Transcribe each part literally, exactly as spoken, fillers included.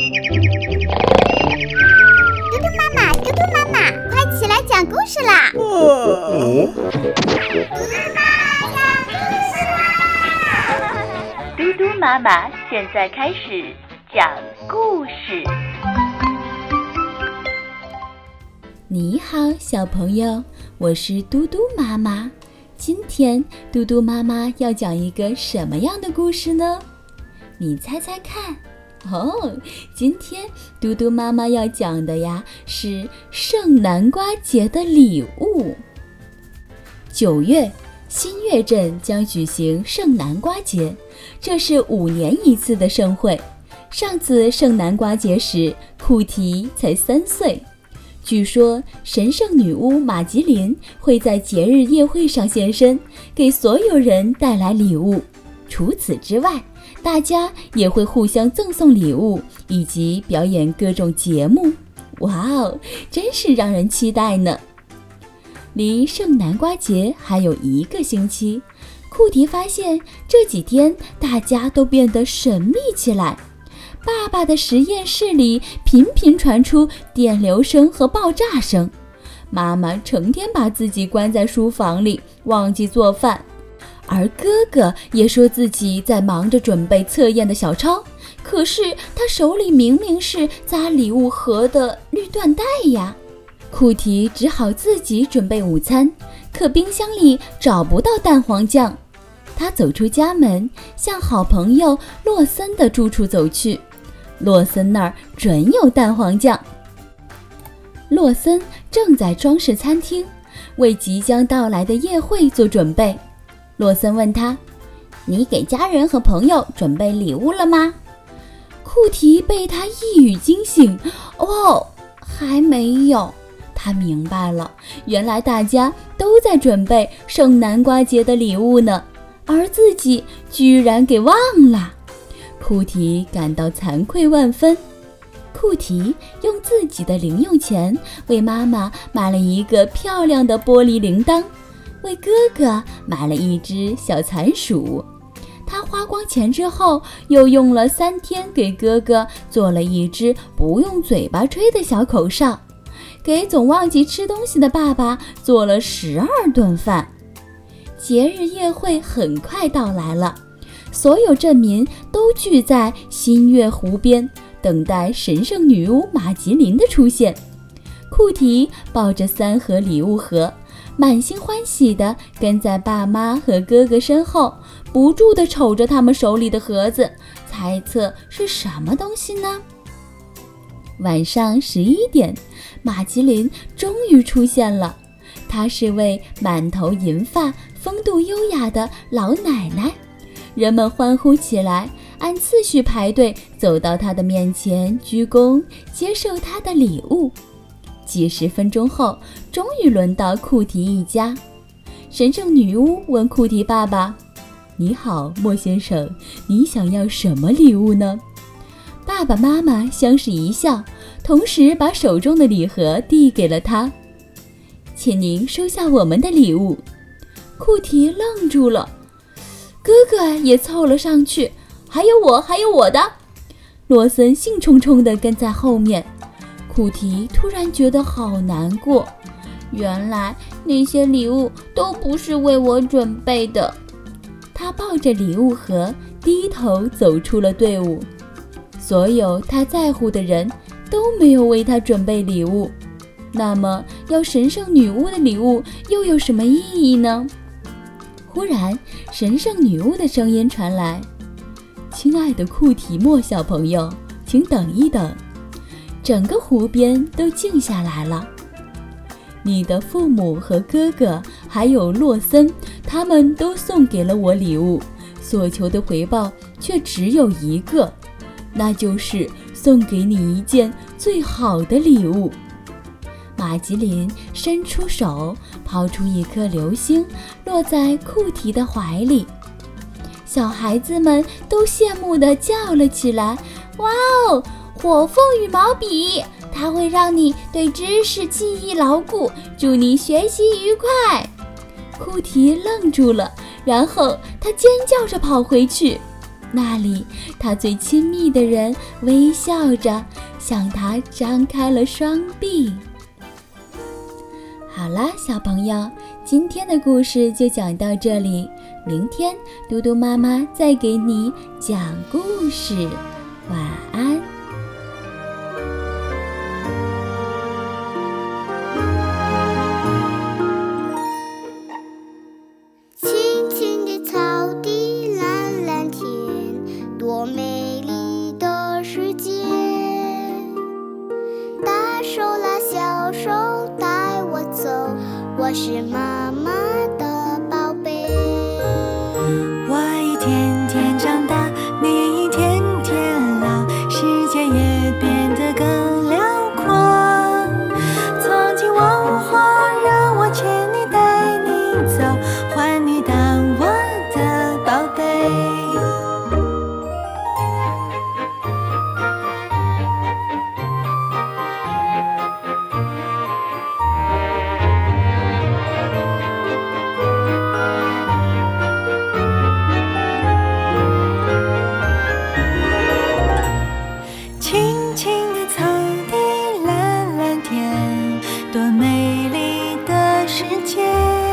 嘟嘟妈妈，嘟嘟妈妈，快起来讲故事啦！ 哦， 嘟嘟妈妈现在开始讲故事。 你好，小朋友，我是嘟嘟妈妈。今天嘟嘟妈妈要讲一个什么样的故事呢？你猜猜看。哦，今天嘟嘟妈妈要讲的呀是圣南瓜节的礼物。九月，新月镇将举行圣南瓜节，这是五年一次的盛会。上次圣南瓜节时，库提才三岁。据说神圣女巫玛吉琳会在节日夜会上现身，给所有人带来礼物。除此之外，大家也会互相赠送礼物，以及表演各种节目。哇哦，真是让人期待呢！离圣南瓜节还有一个星期，库提发现这几天大家都变得神秘起来。爸爸的实验室里频频传出电流声和爆炸声，妈妈成天把自己关在书房里，忘记做饭，而哥哥也说自己在忙着准备测验的小抄，可是他手里明明是扎礼物盒的绿缎带呀。库提只好自己准备午餐，可冰箱里找不到蛋黄酱。他走出家门，向好朋友洛森的住处走去。洛森那儿准有蛋黄酱。洛森正在装饰餐厅，为即将到来的夜会做准备。洛森问他：你给家人和朋友准备礼物了吗？库提被他一语惊醒。哦，还没有。他明白了，原来大家都在准备圣南瓜节的礼物呢，而自己居然给忘了。库提感到惭愧万分。库提用自己的零用钱为妈妈买了一个漂亮的玻璃铃铛，为哥哥买了一只小蚕鼠。他花光钱之后，又用了三天给哥哥做了一只不用嘴巴吹的小口哨，给总忘记吃东西的爸爸做了十二顿饭。节日夜会很快到来了，所有镇民都聚在新月湖边，等待神圣女巫玛吉琳的出现。库提抱着三盒礼物盒，满心欢喜地跟在爸妈和哥哥身后，不住地瞅着他们手里的盒子，猜测是什么东西呢？晚上十一点，玛吉琳终于出现了。她是位满头银发、风度优雅的老奶奶。人们欢呼起来，按次序排队走到她的面前，鞠躬接受她的礼物。几十分钟后，终于轮到库提一家。神圣女巫问库提爸爸：你好，莫先生，你想要什么礼物呢？爸爸妈妈相视一笑，同时把手中的礼盒递给了他。请您收下我们的礼物。库提愣住了，哥哥也凑了上去，还有我，还有我的。罗森兴冲冲地跟在后面。库提突然觉得好难过，原来那些礼物都不是为我准备的。他抱着礼物盒，低头走出了队伍。所有他在乎的人都没有为他准备礼物，那么要神圣女巫的礼物又有什么意义呢？忽然，神圣女巫的声音传来：亲爱的库提莫小朋友，请等一等。整个湖边都静下来了。你的父母和哥哥还有洛森，他们都送给了我礼物，所求的回报却只有一个，那就是送给你一件最好的礼物。玛吉琳伸出手，抛出一颗流星，落在库提的怀里。小孩子们都羡慕地叫了起来：哇哦，火凤羽毛笔，它会让你对知识记忆牢固，祝你学习愉快。库提愣住了，然后他尖叫着跑回去。 那里，他最亲密的人微笑着向他张开了双臂。好啦，小朋友，今天的故事就讲到这里，明天嘟嘟妈妈再给你讲故事，晚安。 青青的草地，蓝蓝天，多美丽的世界。大手拉小手带我走，我是妈妈的宝贝。 我一天天长大，你一天天老，世界也变得更辽阔。从今往后，让我牵你带你走，换你当我的宝贝。青青的草地，蓝蓝天，多美丽的世界。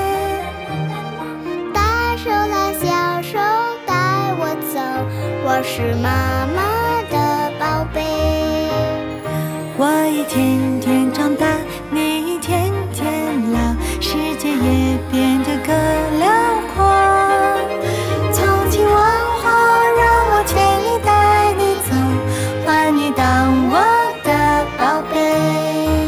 大手拉小手带我走，我是妈妈的宝贝。 我一天天长大，你一天天老，世界也变得更辽阔。从今往后，让我牵你带你走，换你当我的宝贝。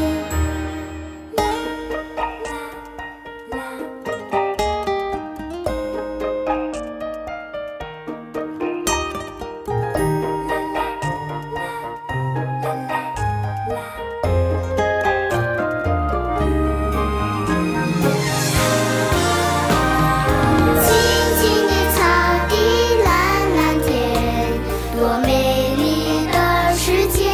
青青的草地，蓝蓝天，多美丽的世界。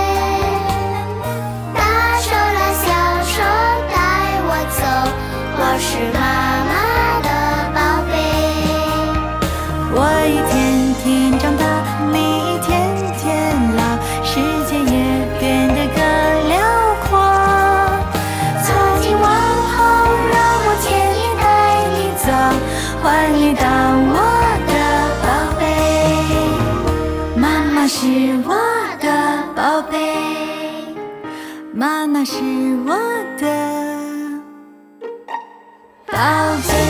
大手拉小手带我走，我是妈妈的宝贝。 我一天天长大，你一天天老，世界也变得更辽阔。从今往后，让我牵你带你走，换你当我的宝贝。妈妈是我的宝贝，妈妈是我的宝贝。